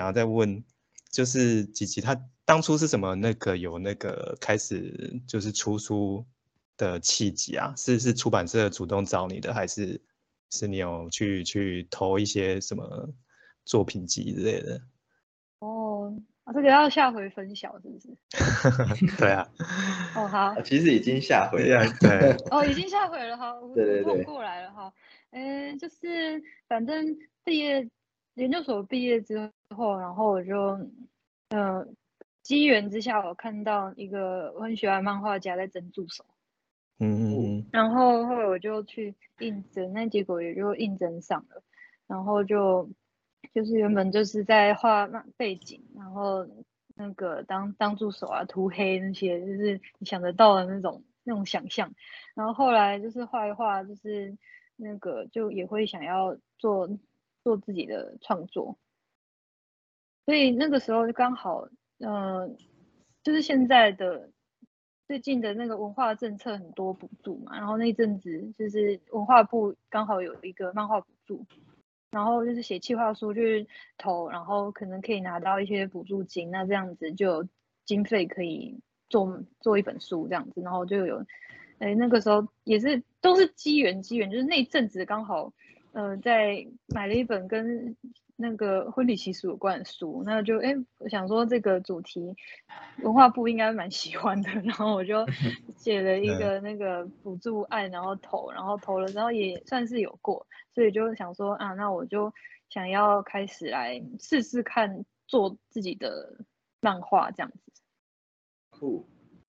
要再问，就是吉吉他当初是什么有那个开始就是出书的契机啊？是出版社主动找你的，还是你有去投一些什么作品集之类的？ 哦，这个要下回分享是不是？ 对啊， 哦，好， 其实已经下回对啊， 了。 对， 哦，已经下回了哈，无痛对对对， 过来了哈。就是反正研究所毕业之后，然后我就机缘之下，我看到一个我很喜欢的漫画家在征助手，然后后来我就去应征，那结果也就应征上了，然后就是原本就是在画背景，然后那个当助手啊，涂黑那些，就是你想得到的那种想象，然后后来就是画一画，就是那个就也会想要做自己的创作，所以那个时候就刚好，就是现在的最近的那个文化政策很多补助嘛，然后那一阵子就是文化部刚好有一个漫画补助，然后就是写企划书去投，然后可能可以拿到一些补助金，那这样子就有经费可以做一本书这样子，然后就有，那个时候也是都是机缘，就是那一阵子刚好，在买了一本跟那个婚礼习俗有关的书，那就我想说这个主题文化部应该蛮喜欢的，然后我就写了一个那个补助案，然后投了，然后也算是有过，所以就想说啊，那我就想要开始来试试看做自己的漫画这样子。 酷，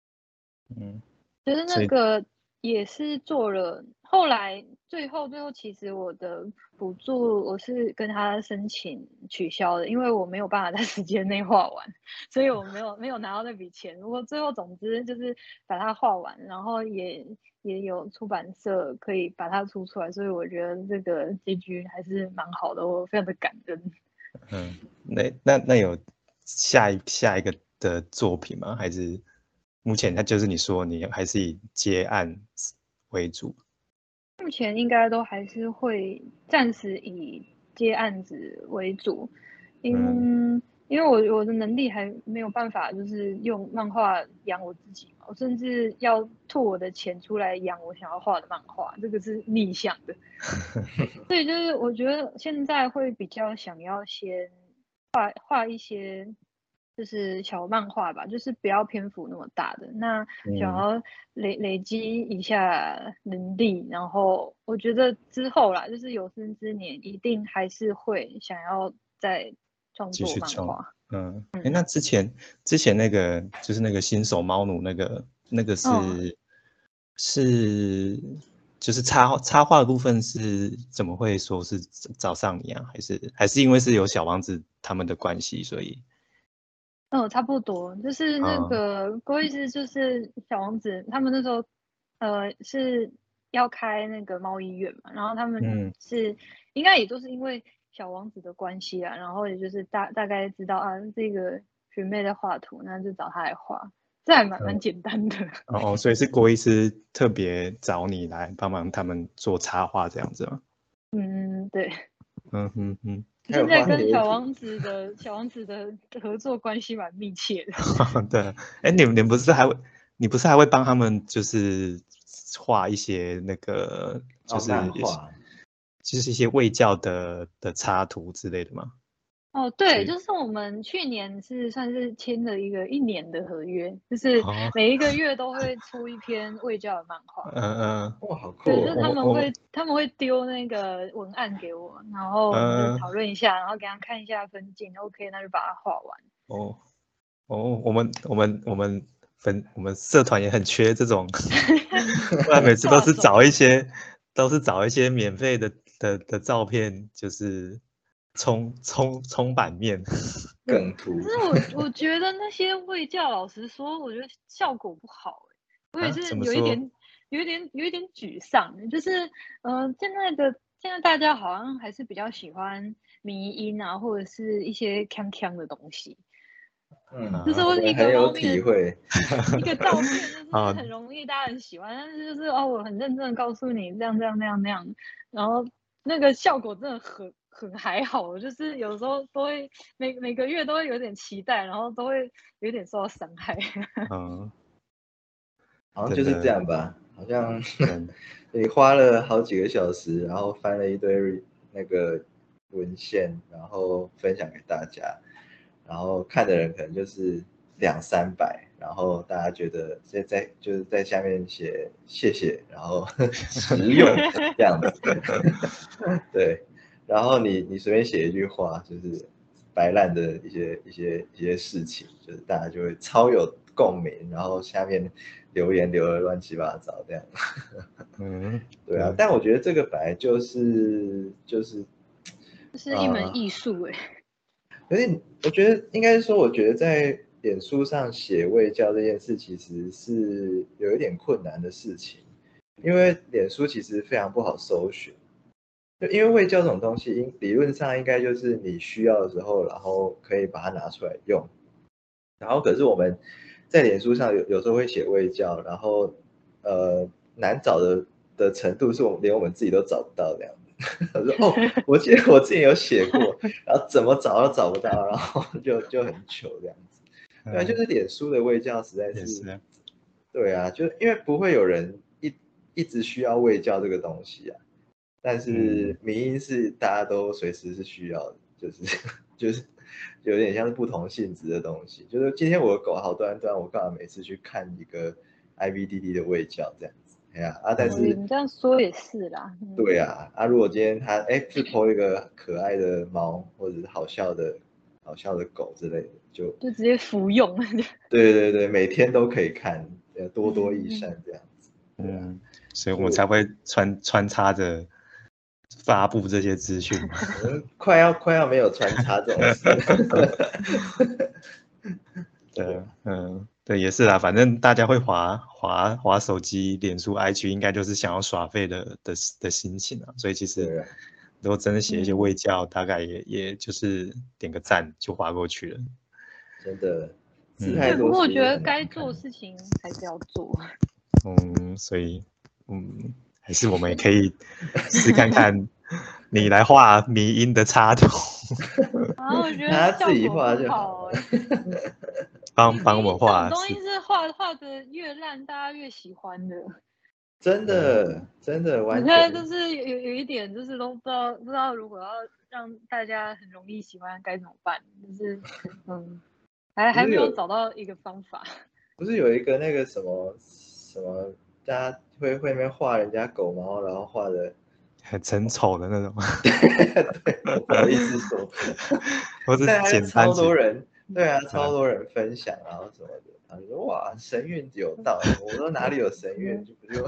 就是那个也是做了，后来最后其实我的补助我是跟他申请取消的，因为我没有办法在时间内画完，所以我没有拿到那笔钱。不过最后总之就是把它画完，然后也有出版社可以把它出来，所以我觉得这个结局还是蛮好的，我非常的感恩。 那有下一个的作品吗？还是目前它就是你说你还是以接案为主？ 目前应该都还是会暂时以接案子为主，因为我的能力还没有办法，就是用漫画养我自己嘛，我甚至要吐我的钱出来养我想要画的漫画，这个是逆向的。所以就是我觉得现在会比较想要先画一些就是小漫画吧，就是不要篇幅那么大的，那想要累积一下能力，然后我觉得之后啦，就是有生之年一定还是会想要再创作漫画。 那之前那个就是那个新手猫奴那个是就是插画的部分是怎么会说是找上你啊？还是因为是有小王子他们的关系，所以？ 差不多，就是那个郭医师，就是小王子，他们那时候是要开那个猫医院嘛，然后他们是应该也都是因为小王子的关系啊，然后也就是大概知道啊，这个学妹在画图，那就找他来画，这还蛮简单的。 所以是郭医师特别找你来帮忙他们做插画这样子吗？ 对。 现在跟小王子的合作关系蛮密切的。 对，你不是还会帮他们就是画一些那个就是一些卫教的插图之类的吗？ 对，就是我们去年算是签了一年的合约，就是每一个月都会出一篇卫教的漫画。 哇，好酷！ 对，就是他们会丢那个文案给我，然后我们就讨论一下，然后给他看一下分镜，OK，那就把它画完。 我们社团也很缺这种，不然每次都是找一些免费的照片，就是冲版面。 梗图。 可是我觉得那些卫教，老实说，我觉得效果不好。我也是有一点沮丧，就是现在大家好像还是比较喜欢迷因啊，或者是一些锵锵的东西。就是我一个猫咪的一个照片，就是很容易大家很喜欢，但是就是我很认真的告诉你这样，然后那个效果真的很还好，就是有时候都会每个月都会有点期待，然后都会有点受到伤害。 嗯， 好像就是这样吧，好像嗯你花了好几个小时，然后翻了一堆那个文献，然后分享给大家，然后看的人可能就是200-300，然后大家觉得就是在下面写谢谢，然后实用这样子，对，然后你随便写一句话，就是白烂的一些事情，就是大家就会超有共鸣，然后下面留言留的乱七八糟这样。 嗯， 对啊，但我觉得这个本来就是这是一门艺术哎。 可是我觉得应该是说，我觉得在脸书上写卫教这件事，其实是有一点困难的事情，因为脸书其实非常不好搜寻。就因为卫教这种东西，理论上应该就是你需要的时候，然后可以把它拿出来用。然后可是我们在脸书上有时候会写卫教，然后难找的程度是连我们自己都找不到这样子。我说哦，我记得我之前有写过，然后怎么找都找不到，然后就很糗这样子。对啊，就是脸书的卫教实在是，对啊，就因为不会有人一直需要卫教这个东西啊。但是迷因是大家都随时是需要的，就是有点像是不同性质的东西。就是今天我的狗好端端，我干嘛每次去看一个 IVDD 的卫教这样子？哎呀啊，但是你这样说也是啦。 对啊啊，如果今天它是 po 一个可爱的猫或者是好笑的狗之类的，就直接服用。 对对对，每天都可以看，多多益善这样子。 所以我们才会穿插着发布这些资讯嘛。 快要没有穿插这种事。 对，对，也是啦，反正大家会滑手机、脸书、IG，应该就是想要耍废的心情啊。所以其实如果真的写一些卫教，大概也就是点个赞就划过去了。 真的， 对，不过我觉得该做事情还是要做。 所以还是我们也可以试看看，你来画迷因的插图。 我觉得自己画就好了。 帮我们画。 这种东西是画的越烂，大家越喜欢的。 真的， 我现在就是有一点，就是都不知道如果要让大家很容易喜欢该怎么办，就是还没有找到一个方法。 不是有一个那个什么，大家会那边画人家狗毛，然后画的很丑的那种。 对，不好意思说， 或者简单超多人，对啊，超多人分享，然后什么的，他就说哇，神韵有道。我说哪里有神韵，就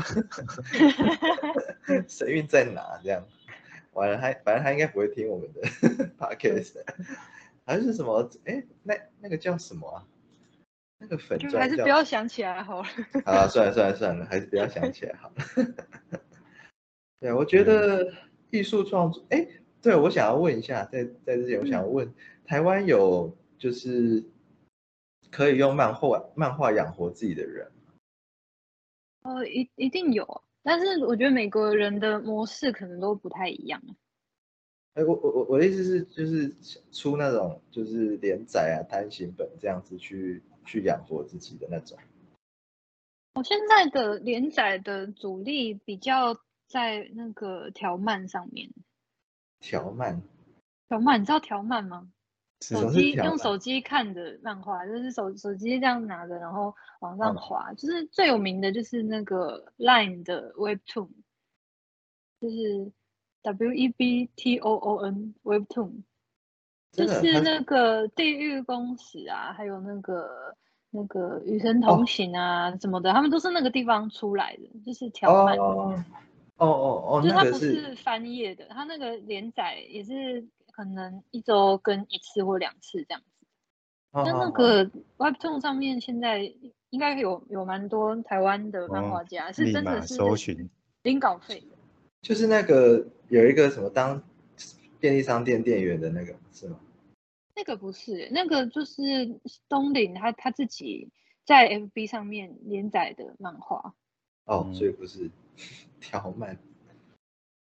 神韵在哪这样。完了，反正他应该不会听我们的 podcast， 还是什么？那个叫什么啊？那个粉砖还是不要想起来好了。 啊，算了，还是不要想起来好了。对，我觉得艺术创作，对，我想要问一下，在之前我想要问，台湾有就是可以用漫画养活自己的人？ 一定有，但是我觉得每个人的模式可能都不太一样。 我的意思是，就是出那种就是连载啊、单行本这样子去养活自己的那种。 现在的连载的主力比较在那个条漫上面。 条漫， 你知道条漫吗？用手机看的漫画，就是手机这样拿着，然后往上滑。就是最有名的就是那个 Line 的 Webtoon， 就是 WEBTOON Webtoon， 就是那个地狱公使啊，还有那个与神同行啊什么的，他们都是那个地方出来的，就是条漫。就是它不是翻页的，它那个连载也是可能1周更1次或2次这样子。那个 Webtoon 上面现在应该有蛮多台湾的漫画家，是真的是零稿费的。 就是那个有一个什么当便利商店店员的那个是吗？ 那个不是，那个就是东岭他自己在 FB 上面连载的漫画。 所以不是条漫。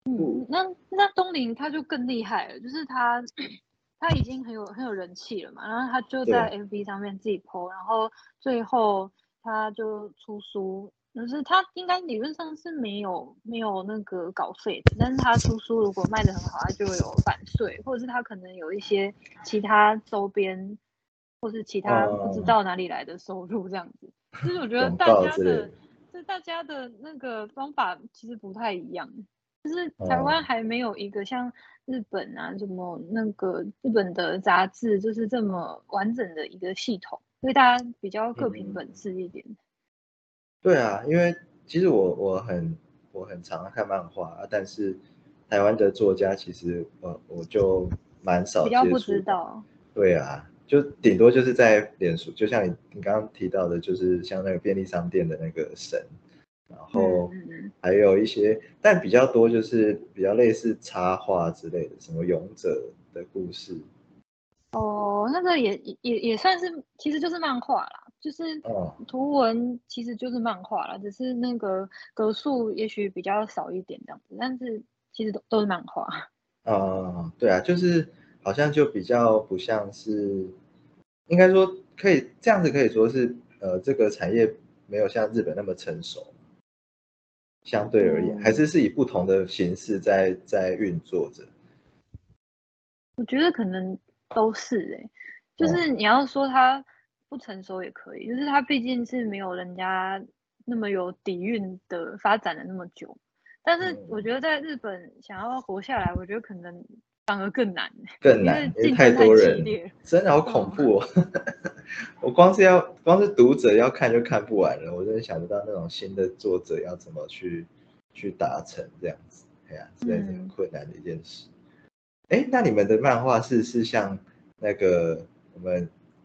那东林他就更厉害了，就是他已经很有人气了嘛，然后他就在 FB 上面自己 po，然后最后他就出书，就是他应该理论上是没有那个稿费的，但是他出书如果卖得很好，他就有版税，或者是他可能有一些其他周边，或是其他不知道哪里来的收入这样子。就是我觉得大家的那个方法其实不太一样。就是台湾还没有一个像日本啊，什么那个日本的杂志，就是这么完整的一个系统，所以大家比较各凭本事一点。 对啊，因为其实我很常看漫画，但是台湾的作家其实我就蛮少比较不接触的。 知道。 对啊，就顶多就是在脸书，就像你刚刚提到的，就是像那个便利商店的那个神，然后还有一些，但比较多就是比较类似插画之类的，什么勇者的故事。 哦，那个也算是，其实就是漫画啦，就是图文其实就是漫画啦，只是那个格数也许比较少一点这样子，但是其实都是漫画。 对啊，就是好像就比较不像是，应该说可以这样子可以说是这个产业没有像日本那么成熟，相对而言，还是以不同的形式在运作着。 我觉得可能都是就是你要说它不成熟也可以，就是它毕竟是没有人家那么有底蕴的发展了那么久。但是我觉得在日本想要活下来，我觉得可能反而更难， 更难， 因为竞太争太多人， 激烈， 真的好恐怖哦！我光是读者要看就看不完了，我真的想不到那种新的作者要怎么去达成这样子，哎呀，实在是很困难的一件事。那你们的漫画是像那个我们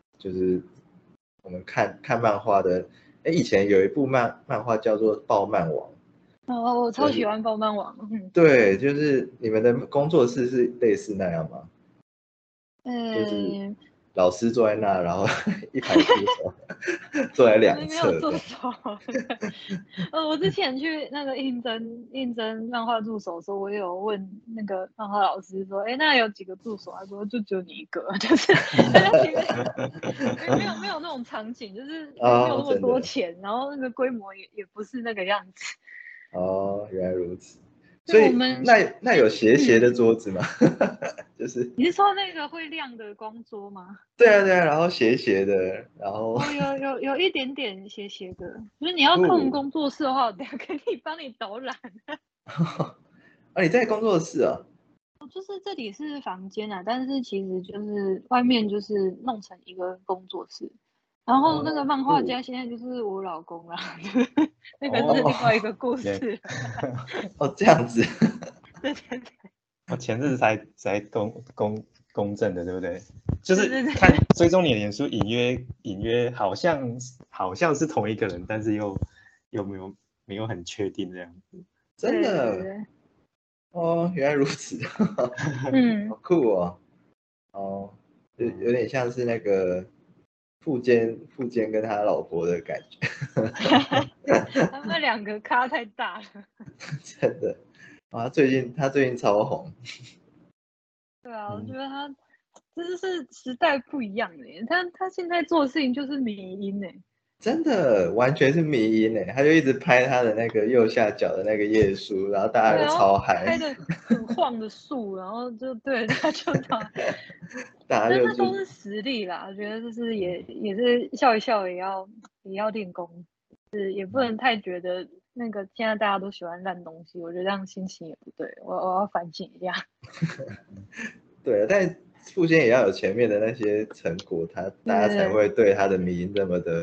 看漫画的，以前有一部漫画叫做《爆漫王》。 我超喜欢爆漫王。 对，就是你们的工作室是类似那样吗？就是老师坐在那，然后一排助手坐在两侧。 没有助手。我之前去那个应征漫画助手的时候，我也有问那个漫画老师说：“哎，那有几个助手？”他说：“就只有你一个。”就是大家其实没有那种场景，就是没有那么多钱，然后那个规模也不是那个样子。 哦，原来如此。所以那有斜的桌子吗？就是你是说那个会亮的光桌吗？ 对啊，然后斜的，然后有一点点斜的，就是你要看我们工作室的话，我等下可以帮你导览。 你在工作室啊？ 就是这里是房间啊，但是其实就是外面就是弄成一个工作室，然后那个漫画家现在就是我老公啦，那个是另外一个故事。 这样子。 对。 我前阵子才公证的，对不对？就是看追踪你的脸书，隐约好像是同一个人，但是又没有很确定这样子。 真的。原来如此。好酷哦。有点像是那个富坚跟他老婆的感觉。 他们两个咖太大了。 真的。他最近超红。 对啊，我觉得他真的是时代不一样的耶，他现在做的事情就是迷因耶。 真的完全是迷因他就一直拍他的那个右下角的那个页书，然后大家都超嗨， 拍的很晃的树，然后就对他就大家但那都是实力啦，我觉得就是也是笑一笑也要练功，就是也不能太觉得那个现在大家都喜欢烂东西，我觉得这样心情也不对，我要反省一下。 对，但富坚也要有前面的那些成果，大家才会对他的迷因这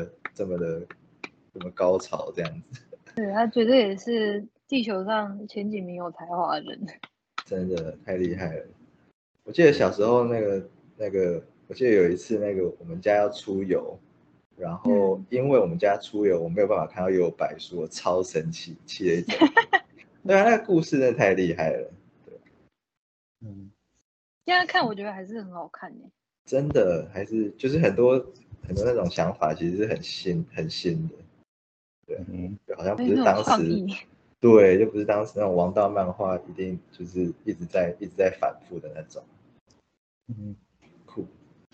么高潮这样子。 对，他绝对也是地球上前几名有才华的人。 真的太厉害了。我记得小时候那个，我记得有一次那个我们家要出游，然后因为我们家出游，我没有办法看到幽白书，我超生气，气了一整天。对啊，那个故事真的太厉害了。对。 现在看我觉得还是很好看耶。 真的还是就是很多那种想法其实是很新的。对，好像不是当时， 对，就不是当时那种王道漫画，一定就是一直在反复的那种。 嗯酷。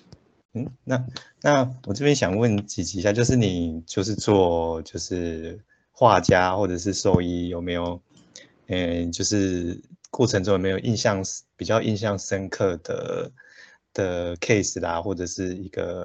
那我这边想问琪琪一下，就是你就是做就是画家或者是兽医，有没有就是过程中有没有比较印象深刻的 case 啦，或者是一个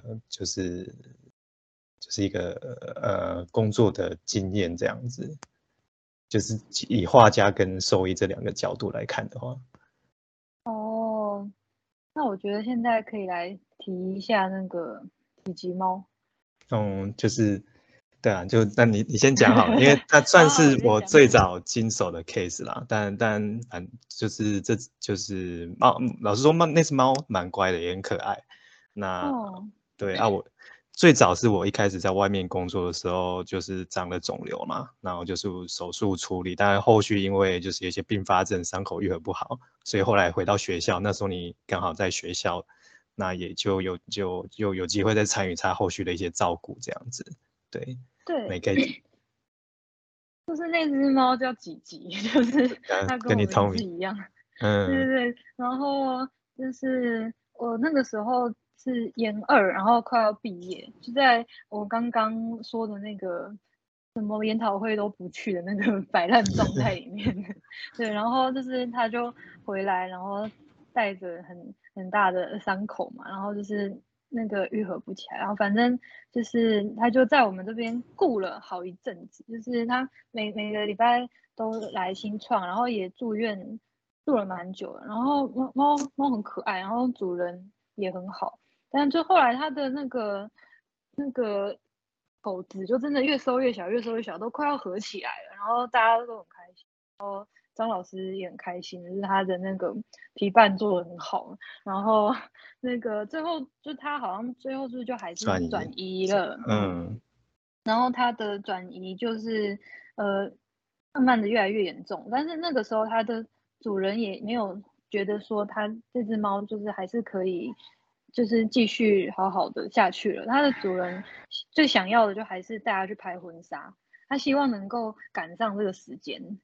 就是一个工作的经验这样子，就是以画家跟兽医这两个角度来看的话。 哦，那我觉得现在可以来提一下那个体积猫。 就是对啊，那你先讲好了，因为它算好，我是我先讲。 最早经手的 case 啦。但就是这就是猫，老实说那只猫蛮乖的，也很可爱。那哦， 对啊，我最早是我一开始在外面工作的时候，就是长了肿瘤嘛，然后就是手术处理，但后续因为就是有一些并发症，伤口愈合不好，所以后来回到学校，那时候你刚好在学校。那也就有机会再参与他后续的一些照顾，这样子，对， 对， 每个就是那只猫叫吉吉，就是它跟跟我名你同名， 字一样。对嗯， 对对，然后就是我那个时候是研二，然后快要毕业，就在我刚刚说的那个什么研讨会都不去的那个摆烂状态里面。对，然后就是他就回来，然后带着很大的伤口嘛，然后就是那个愈合不起来，然后反正就是他就在我们这边顾了好一阵子，就是他每个礼拜都来新创，然后也住院住了蛮久了，然后猫很可爱，然后主人也很好，但就后来它的那个口子就真的越收越小，越收越小，都快要合起来了，然后大家都很开心，然后张老师也很开心，就是他的那个皮瓣做的很好，然后那个最后就他好像最后是不是就还是转移了，然后他的转移就是慢慢的越来越严重，但是那个时候他的主人也没有觉得说他这只猫就是还是可以就是继续好好的下去了。他的主人最想要的就还是带他去拍婚纱，他希望能够赶上这个时间。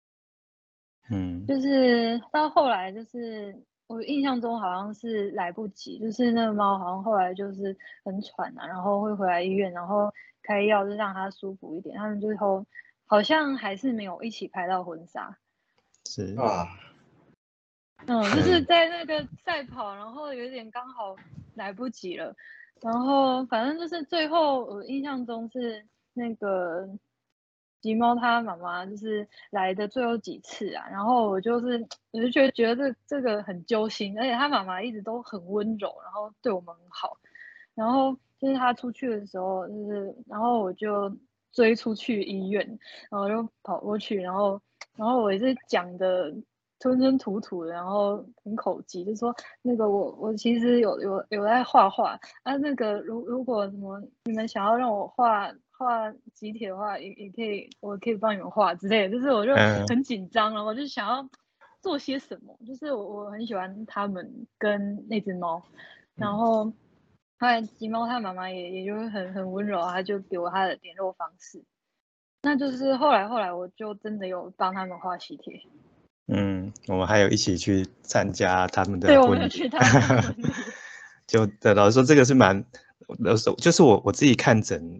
就是到后来就是我印象中好像是来不及，就是那个猫好像后来就是很喘啊，然后会回来医院，然后开药就让它舒服一点。他们最后好像还是没有一起拍到婚纱。 是啊， 就是在那个赛跑，然后有点刚好来不及了，然后反正就是最后我印象中是那个吉猫它妈妈就是来的最后几次啊，然后我就觉得这个很揪心，而且它妈妈一直都很温柔，然后对我们很好，然后就是他出去的时候，然后我就追出去医院，然后就跑过去，然后我也是讲的吞吞吐吐的，然后很口急，就说那个我其实有在画画啊，那个如果什么你们想要让我画集体的话，也可以，我可以帮你们画之类的，就是我就很紧张了，我就想要做些什么，就是我很喜欢他们跟那只猫，然后。后来吉猫它妈妈也就是很温柔，他就给我他的联络方式。那就是后来我就真的有帮他们画喜帖。 我们还有一起去参加他们对， 的婚礼， 我们有去他们的婚礼。 老实说，这个是就是我自己看诊，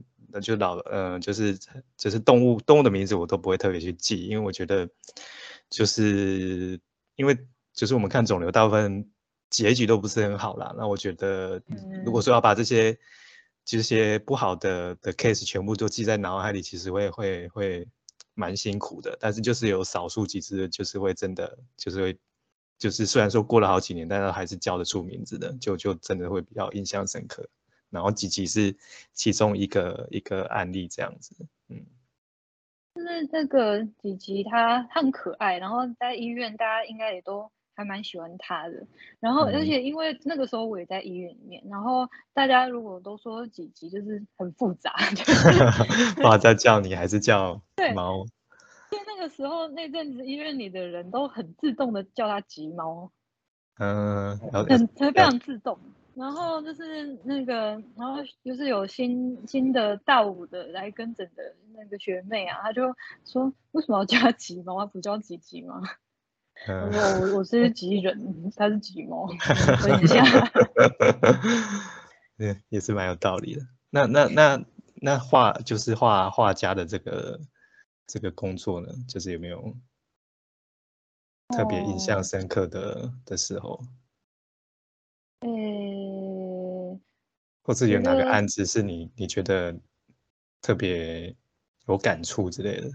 就是动物的名字我都不会特别去记，因为我觉得就是因为就是我们看肿瘤大部分结局都不是很好啦，那我觉得如果说要把这些不好的case 全部都记在脑海里，其实会蛮辛苦的，但是就是有少数几只就是会真的就是虽然说过了好几年，但是还是叫得出名字的，就真的会比较印象深刻。然后吉吉是其中一个案例这样子， 就是这个吉吉它很可爱，然后在医院大家应该也都还蛮喜欢它的。然后而且因为那个时候我也在医院里面，然后大家如果都说吉吉就是很复杂， 不知道在叫你还是叫猫。 对，那个时候那阵子医院里的人都很自动的叫它吉猫， 嗯， 非常自动。 然后就是那个，然后就是有新的大五的来跟诊的那个学妹啊，她就说为什么要加吉猫，她不叫吉吉吗？我说我是吉人，他是吉猫，分一下。 对，也是蛮有道理的。那画家的这个工作呢，就是有没有特别印象深刻的时候？或是有哪个案子是你觉得特别有感触之类的？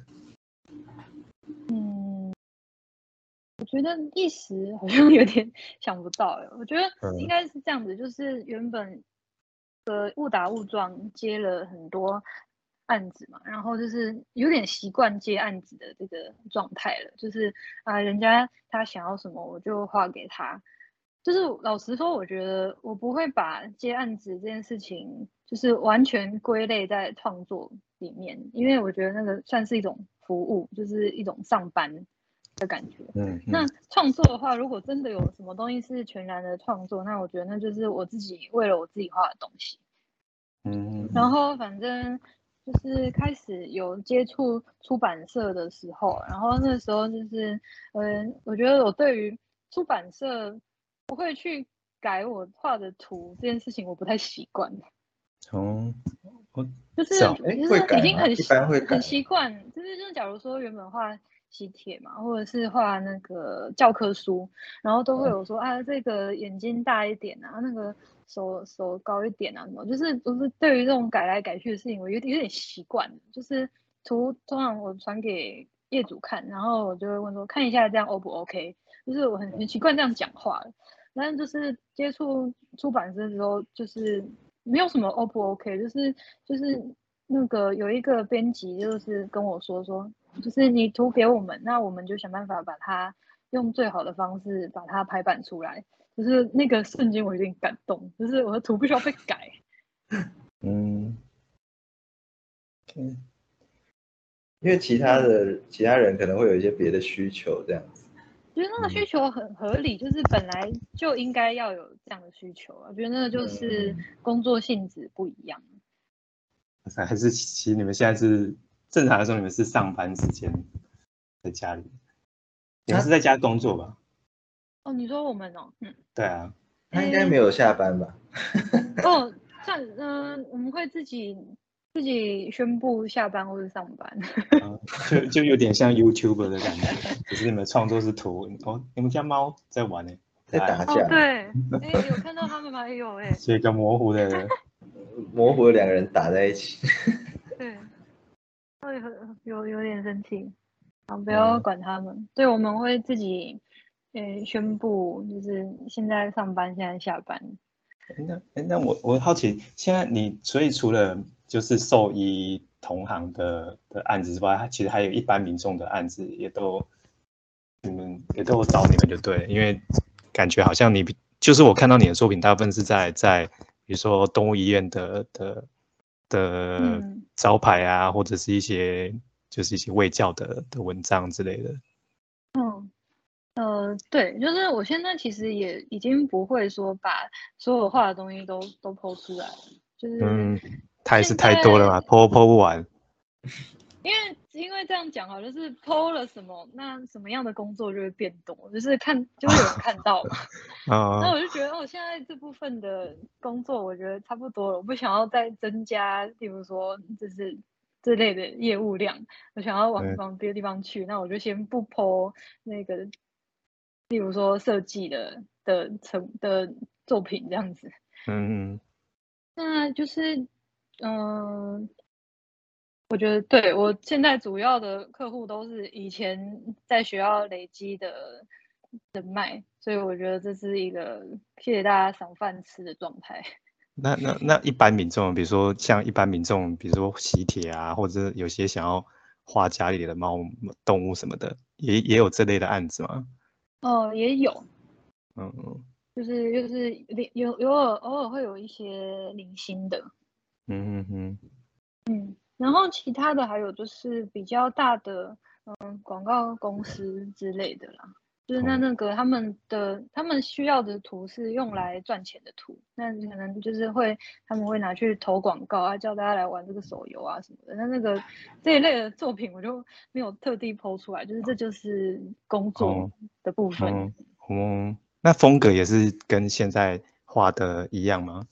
我觉得一时好像有点想不到哎。我觉得应该是这样子，就是原本误打误撞接了很多案子嘛，然后就是有点习惯接案子的这个状态了，就是人家他想要什么我就画给他。就是老实说，我觉得我不会把接案子这件事情就是完全归类在创作里面，因为我觉得那个算是一种服务，就是一种上班的感觉。那创作的话，如果真的有什么东西是全然的创作，那我觉得那就是我自己为了我自己画的东西。然后反正就是开始有接触出版社的时候，然后那时候就是，我觉得我对于出版社不会去改我画的图这件事情，我不太习惯。就是已经很习惯，就是假如说原本画喜帖嘛，或者是画那个教科书，然后都会有说这个眼睛大一点啊，那个手高一点啊什么，就是对于这种改来改去的事情，我有点习惯。就是通常我传给业主看，然后我就会问说看一下这样 O 不 OK， 就是我很习惯这样讲话了。但是就是接触出版社的时候，就是没有什么 O 不 OK，就是那个有一个编辑就是跟我说，就是你图给我们，那我们就想办法把它用最好的方式把它排版出来。就是那个瞬间我有点感动，就是我的图不需要被改。 因为其他人可能会有一些别的需求，这样子。 觉得那个需求很合理，就是本来就应该要有这样的需求。我觉得那个就是工作性质不一样。 还是其实你们现在是正常来说，你们是上班时间在家里，你们是在家工作吧？ 哦，你说我们哦， 对啊， 他应该没有下班吧？ 哦，我们会自己宣布下班或者上班。 就有点像 YouTuber 的感觉，只是你们创作是图哦，你们家猫在玩呢， 在打架。 对，有看到他们吗？有是一个模糊的两个人打在一起。 对，会有点生气，不要管他们。对，我们会自己宣布，就是现在上班，现在下班。 那我好奇，现在所以除了就是兽医同行的案子之外，其实还有一般民众的案子你们也都有找你们就对了，因为感觉好像就是我看到你的作品大部分是在比如说动物医院的招牌啊，或者是一些卫教的文章之类的。 对，就是我现在其实也已经不会说把所有画的东西都po出来了，就是还是太多了嘛，po 不完。 因为这样讲好，就是 po 了什么，那什么样的工作就会变多，就是就会有人看到嘛。那我就觉得现在这部分的工作我觉得差不多了，我不想要再增加，比如说就是这类的业务量，我想要往别的地方去，那我就先不 po 那个，例如说设计的作品这样子。那就是我觉得对，我现在主要的客户都是以前在学校累积的人脉，所以我觉得这是一个谢谢大家赏饭吃的状态。 那一般民众，比如说像一般民众，比如说喜帖啊，或者有些想要画家里的猫动物什么的，也有这类的案子吗？ 也有，就是偶尔会有一些零星的，然后其他的还有就是比较大的广告公司之类的啦， 就是那个他们需要的图是用来赚钱的图，那可能就是他们会拿去投广告啊，叫大家来玩这个手游啊什么的。那这一类的作品我就没有特地抛出来，就是这就是工作的部分。 那风格也是跟现在画的一样吗？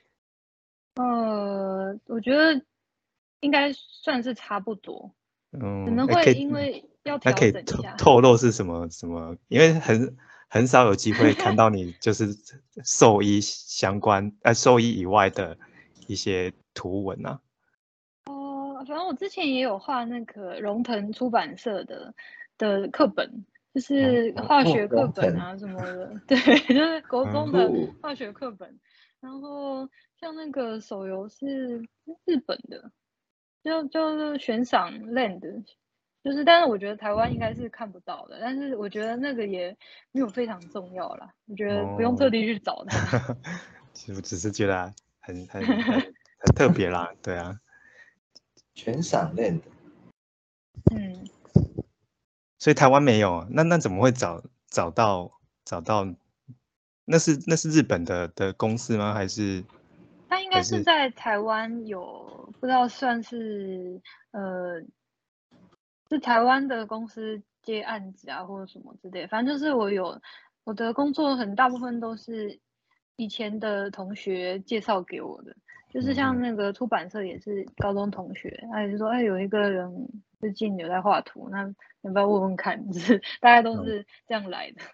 我觉得应该算是差不多，可能可以会因为要调那可以整一下。 透露是什么？因为很少有机会看到你就是兽医相关兽医以外的一些图文啊。 反正我之前也有画那个荣腾出版社的课本，就是化学课本啊什么的，对，就是国中的化学课本。然后像那个手游是日本的，就是悬赏 Land，但是我觉得台湾应该是看不到的，但是我觉得那个也没有非常重要啦，我觉得不用特地去找它。 其实我只是觉得很特别啦，对啊。 悬赏类的， 所以台湾没有，那怎么会找到？那是日本的公司吗？还是？ 它应该是在台湾有，不知道算是是台湾的公司接案子啊，或者什么之类的。反正就是我的工作很大部分都是以前的同学介绍给我的，就是像那个出版社也是高中同学，他也是说，哎，有一个人最近有在画图，那要不要问问看？就是大家都是这样来的。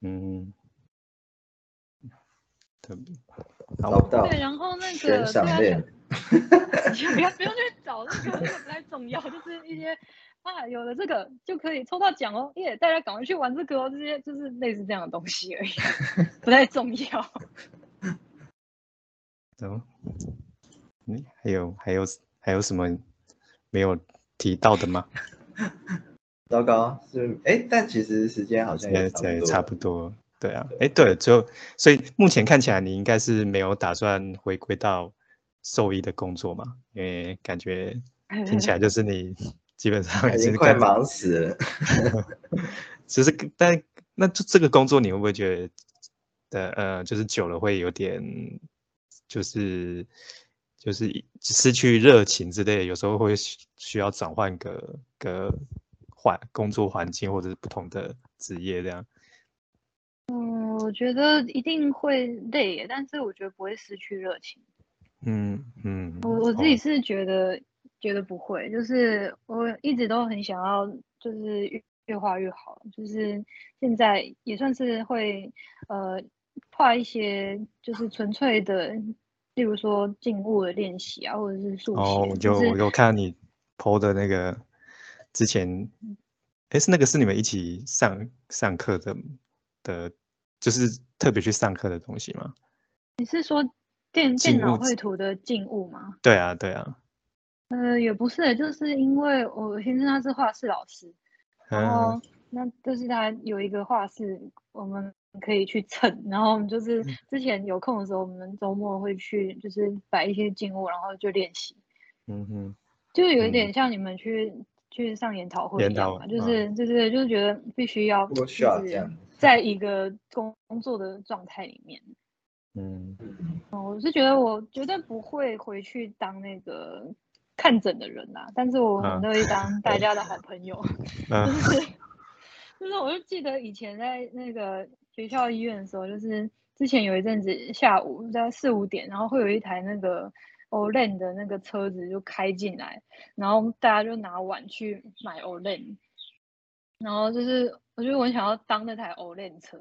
找不到。 对，然后那悬个对啊， 赏类， 不用去找那个不太重要，就是一些有了这个就可以抽到奖哦，耶！大家赶快去玩这个哦，这些就是类似这样的东西而已，不太重要。 还有什么没有提到的吗？ 糟糕，但其实时间好像也差不多，对啊，对，所以目前看起来你应该是没有打算回归到兽医的工作嘛？因为感觉听起来就是你基本上已经快忙死了。 但那这个工作你会不会觉得就是久了会有点就是失去热情之类的，有时候会需要转换个工作环境或者是不同的职业这样。 我觉得一定会累耶，但是我觉得不会失去热情。我自己是觉得不会，就是我一直都很想要，就是越画越好，就是现在也算是会画一些就是纯粹的，例如说静物的练习啊，或者是速写。 我有看到你 PO 的那个之前，是你们一起上课的，就是特别去上课的东西吗？ 你是说电脑绘图的静物吗？ 对啊，对啊。 也不是，就是因为我先生他是画室老师，然后那就是他有一个画室，我们可以去蹭，然后我们就是之前有空的时候，我们周末会去，就是摆一些静物，然后就练习。就有一点像你们去上研讨会一样嘛，就是觉得必须要一直在一个工作的状态里面。我是觉得我绝对不会回去当那个看诊的人啦，但是我很乐意当大家的好朋友。就是我就记得以前在那个学校医院的时候，就是之前有一阵子下午在4、5点，然后会有一台那个 Olay 的那个车子就开进来，然后大家就拿碗去买 Olay，然后就是我觉得我很想要当那台 Olay 车。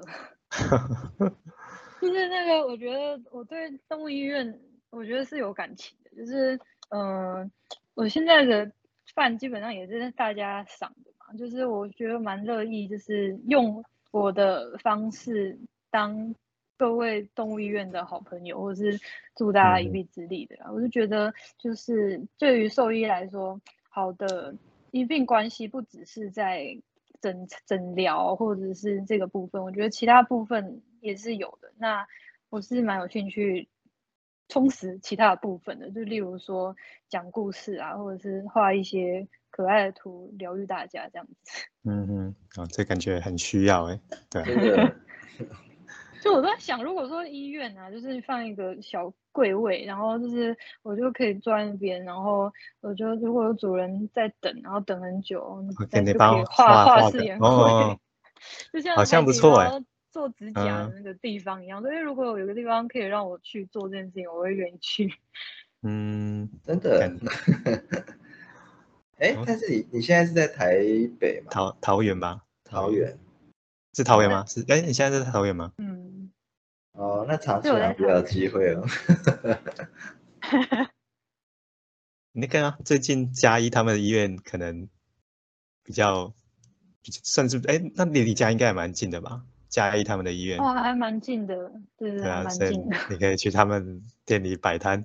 就是那个，我觉得我对动物医院，我觉得是有感情的。就是我现在的饭基本上也是大家赏的嘛，就是我觉得蛮乐意，就是用我的方式当各位动物医院的好朋友，或者是助大家一臂之力的啦。我就觉得，就是对于兽医来说，好的医病关系不只是在诊疗或者是这个部分，我觉得其他部分也是有的。那我是蛮有兴趣充实其他的部分的，就例如说讲故事啊，或者是画一些可爱的图疗愈大家这样子。 这感觉很需要对啊， 真的。 就我在想，如果说医院啊，就是放一个小柜位，然后就是我就可以坐在那边，然后我就如果有主人在等，然后等很久， 给你就可以帮画个画誓言会，就像好像海不错底捞做指甲的那个地方一样。所以如果有个地方可以让我去做这件事情，我会愿意去。 真的。但是你现在是在台北吗？ 桃园吧？ 桃园是桃园吗？是你现在在桃园吗？ 哦，那长期好像比较有机会哦。 那个最近嘉义他们的医院可能比较算是那离家应该也蛮近的吧？嘉义他们的医院还蛮近的，对，还蛮所以近的。 你可以去他们店里摆摊。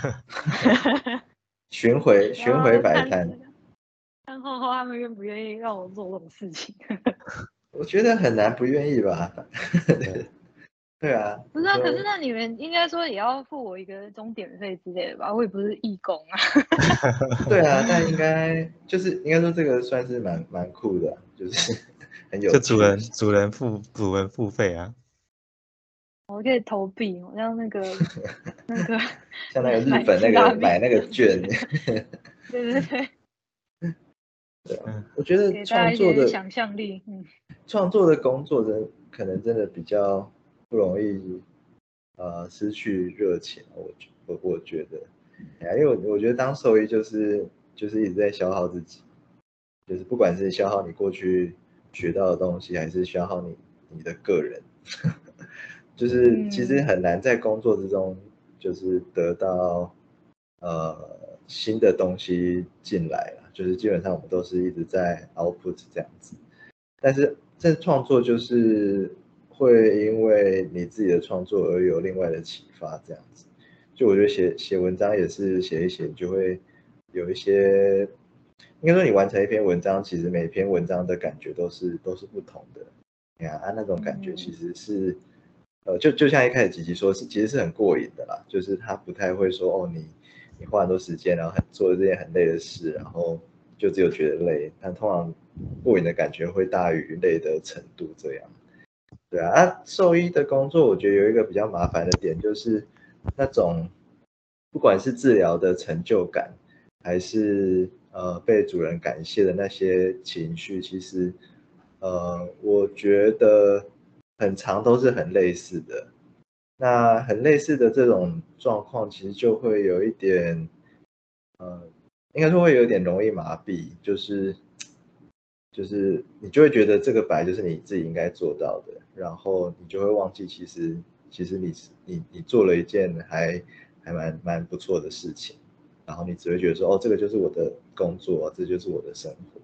巡回摆摊。 看浩浩他们愿不愿意让我做这种事情。 我觉得很难不愿意吧。对啊。 不是啊，可是那你们应该说也要付我一个钟点费之类的吧？我也不是义工啊。 对啊，但应该说这个算是蛮酷的，就是很有趣。 就主人付费啊。 我可以投币，像那个像那个日本那个买那个券。 对。 对啊，我觉得给大家一些想象力。 创作的工作可能真的比较不容易失去热情，我觉得，因为我觉得当兽医就是一直在消耗自己，就是不管是消耗你过去学到的东西，还是消耗你的个人。就是其实很难在工作之中就是得到新的东西进来了，就是基本上我们都是一直在 output 这样子。但是这创作就是会因为你自己的创作而有另外的启发，这样子。就我觉得写文章也是写一写就会有一些，应该说你完成一篇文章，其实每篇文章的感觉都是不同的。那种感觉其实是就像一开始吉吉说，其实是很过瘾的啦。就是他不太会说你花很多时间，然后做这件很累的事，然后就只有觉得累。但通常过瘾的感觉会大于累的程度，这样。对啊，兽医的工作我觉得有一个比较麻烦的点，就是那种不管是治疗的成就感，还是被主人感谢的那些情绪，其实我觉得很常都是很类似的。那很类似的这种状况，其实就会有一点应该说会有点容易麻痹，就是你就会觉得这个本来就是你自己应该做到的，然后你就会忘记其实你做了一件还蛮不错的事情，然后你只会觉得说这个就是我的工作，这就是我的生活。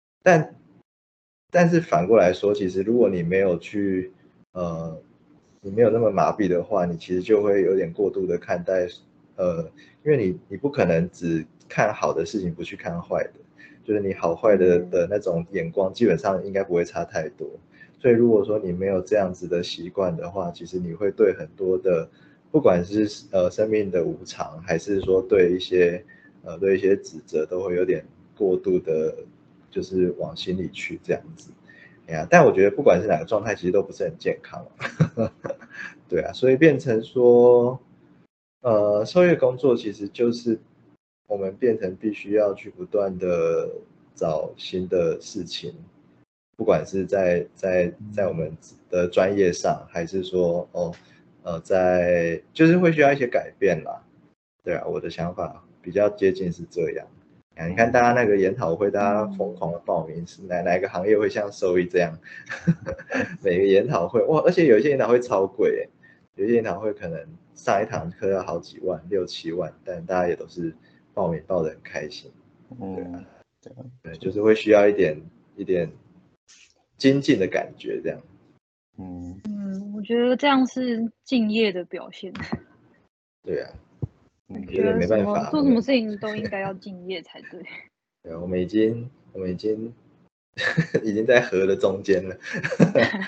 但是反过来说，其实如果你没有去你没有那么麻痹的话，你其实就会有点过度的看待因为你不可能只看好的事情不去看坏的，就是你好坏的那种眼光基本上应该不会差太多。所以如果说你没有这样子的习惯的话，其实你会对很多的不管是生命的无常，还是说对一些指责，都会有点过度的就是往心里去这样子。但我觉得不管是哪个状态其实都不是很健康。对啊，所以变成说兽医工作其实就是我们变成必须要去不断的找新的事情，不管是在我们的专业上，还是说在就是会需要一些改变啦。对啊，我的想法比较接近是这样。你看大家那个研讨会，大家疯狂的报名，是哪一个行业会像兽医这样？每个研讨会哇，而且有一些研讨会超贵，有些研讨会可能上一堂课要好几万、6、7万，但大家也都是报名报得很开心。对，就是会需要一点精进的感觉，这样。 我觉得这样是敬业的表现。 对啊， 我觉得没办法， 做什么事情都应该要敬业才对。 对，我们已经已经在河的中间了，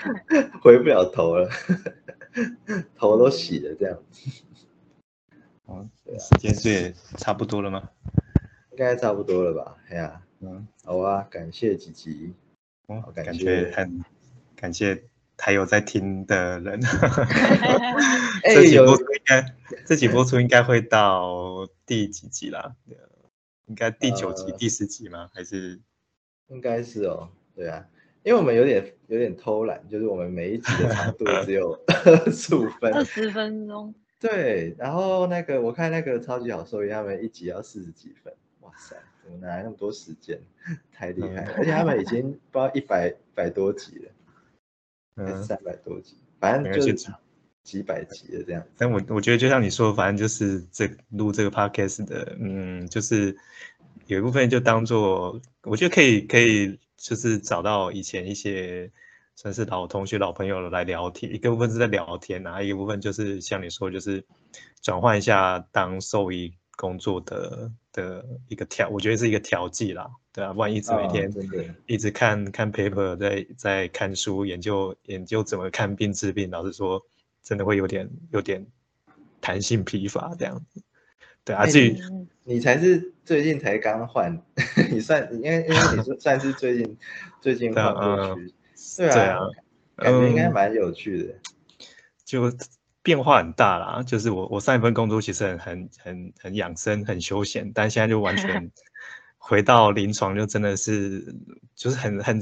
回不了头了，头都洗了这样子。 时间是也差不多了吗？ 应该差不多了吧？哎呀，好啊，感谢吉吉， 感觉很感谢还有在听的人。这集播出应该会到第几集啦？应该第9集、第10集吗？还是？ 应该是哦，对啊，因为我们有点偷懒，就是我们每一集的长度只有25分 ，20分钟。 对，然后我看那个超级好收音，他们一集要40几分，哇塞，怎么哪来那么多时间？太厉害了！而且他们已经不知道100多集了，还是300多集，反正就是几百集的这样。 但我觉得就像你说，反正就是录这个 podcast 的，就是有一部分就当做，我觉得可以就是找到以前一些算是老同学、老朋友来聊天，一个部分是在聊天啊，一个部分就是像你说，就是转换一下当兽医工作的一个我觉得是一个调剂啦，对啊，不然一直每天一直看 paper， 在看书研究怎么看病治病，老实说，真的会有点弹性疲乏这样子。对啊，至于你才是最近才刚换，因为你算是最近换过去，对啊，感觉应该蛮有趣的， 就变化很大啦。就是我上一份工作其实很养生、很休闲，但现在就完全回到临床，就真的是就是很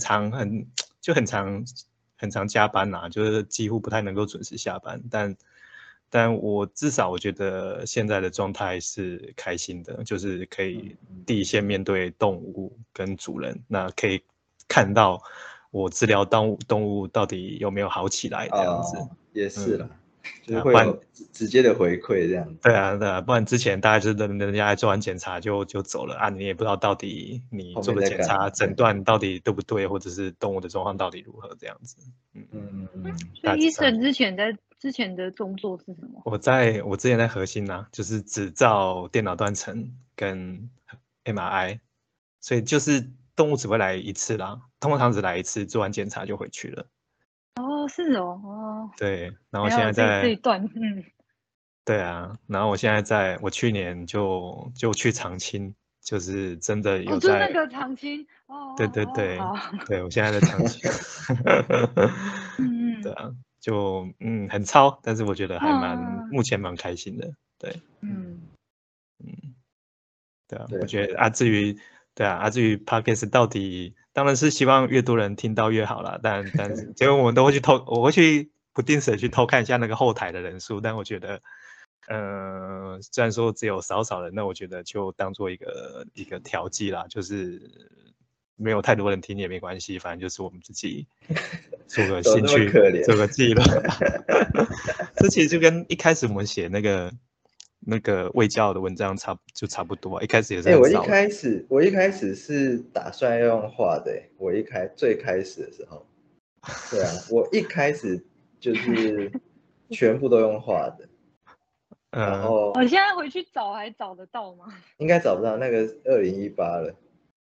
常加班啦，就是几乎不太能够准时下班。但我至少我觉得现在的状态是开心的，就是可以第一线面对动物跟主人，那可以看到我治疗动物到底有没有好起来这样子。 也是啦，就是会有直接的回馈这样子。 对啊，不然之前大概就是人家来做完检查就走了啊，你也不知道到底你做的检查诊断到底对不对，或者是动物的状况到底如何这样子。 所以医生之前的工作是什么？ 我之前在核心啊，就是只照电脑断层跟 MRI， 所以就是动物只会来一次啦，通常只来一次，做完检查就回去了。 哦，是哦， 对，然后现在这一段， 对啊，然后我去年就去长青，就是真的有就是那个长青， 对，对我现在在长青，对啊，就很糙，但是我觉得目前蛮开心的，对，对啊，我觉得至于 podcast 到底当然是希望越多人听到越好啦，但是结果我们都会我会去不定时去偷看一下那个后台的人数，但我觉得虽然说只有少人，那我觉得就当做一个调剂啦，就是没有太多人听也没关系，反正就是我们自己做个兴趣，做个记录。这其实就跟一开始我们写那个卫教的文章差不多，一开始也是很少。 我一开始是打算要用画的，最开始的时候，对啊，我一开始就是全部都用画的。然后我现在回去找还找得到吗？ 应该找不到，那个2018了。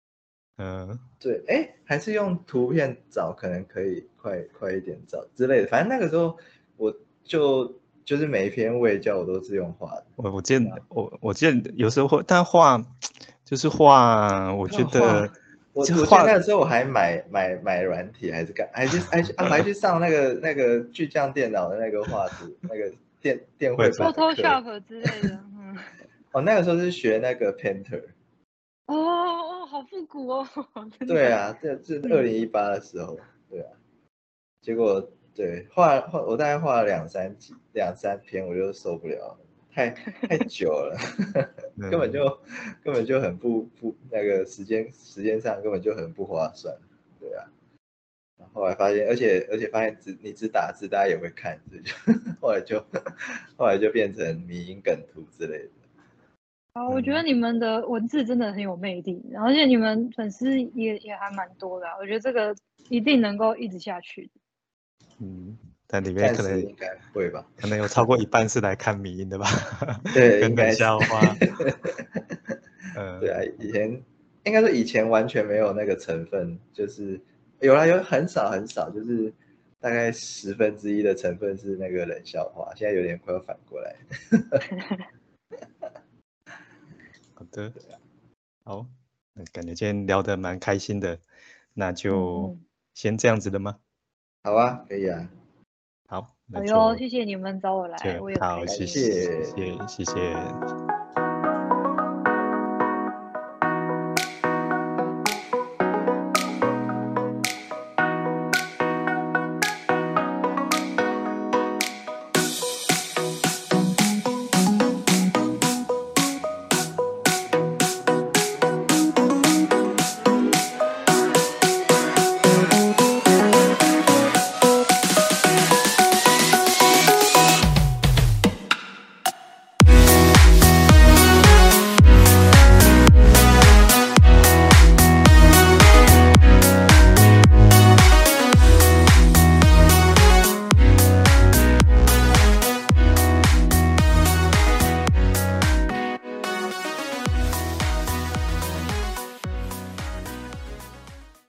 对，还是用图片找，可能可以快一点找之类的。反正那个时候我就是每一篇卫教我都是用画的。 我记得有时候会，但画就是画，我觉得我记得那个时候我还买软体还是还去上那个巨匠电脑的那个画图那个电绘版 Photoshop 之类的。 那个时候是学那个 Painter。 好复古哦。 对啊，这2018的时候，对啊，结果对我大概画了两三篇，我就受不了了，太久了，根本就很不那个时间上根本就很不划算，对啊。后来发现，而且发现你只打字，大家也会看，所以后来就变成迷因梗图之类的。 我觉得你们的文字真的很有魅力，而且你们粉丝也还蛮多的，我觉得这个一定能够一直下去。 但里面可能应该会吧， 可能有超过一半是来看迷因的吧， 对， 跟冷笑话。 对啊，应该说以前完全没有那个成分，就是有很少，就是大概1/10的成分是那个冷笑话，现在有点快要反过来。 的，好，那感觉今天聊得蛮开心的，那就先这样子的吗？ 好啊，可以啊。 好，那好哟， 就谢谢你们找我来，我也好， 开心。 谢谢。 谢谢。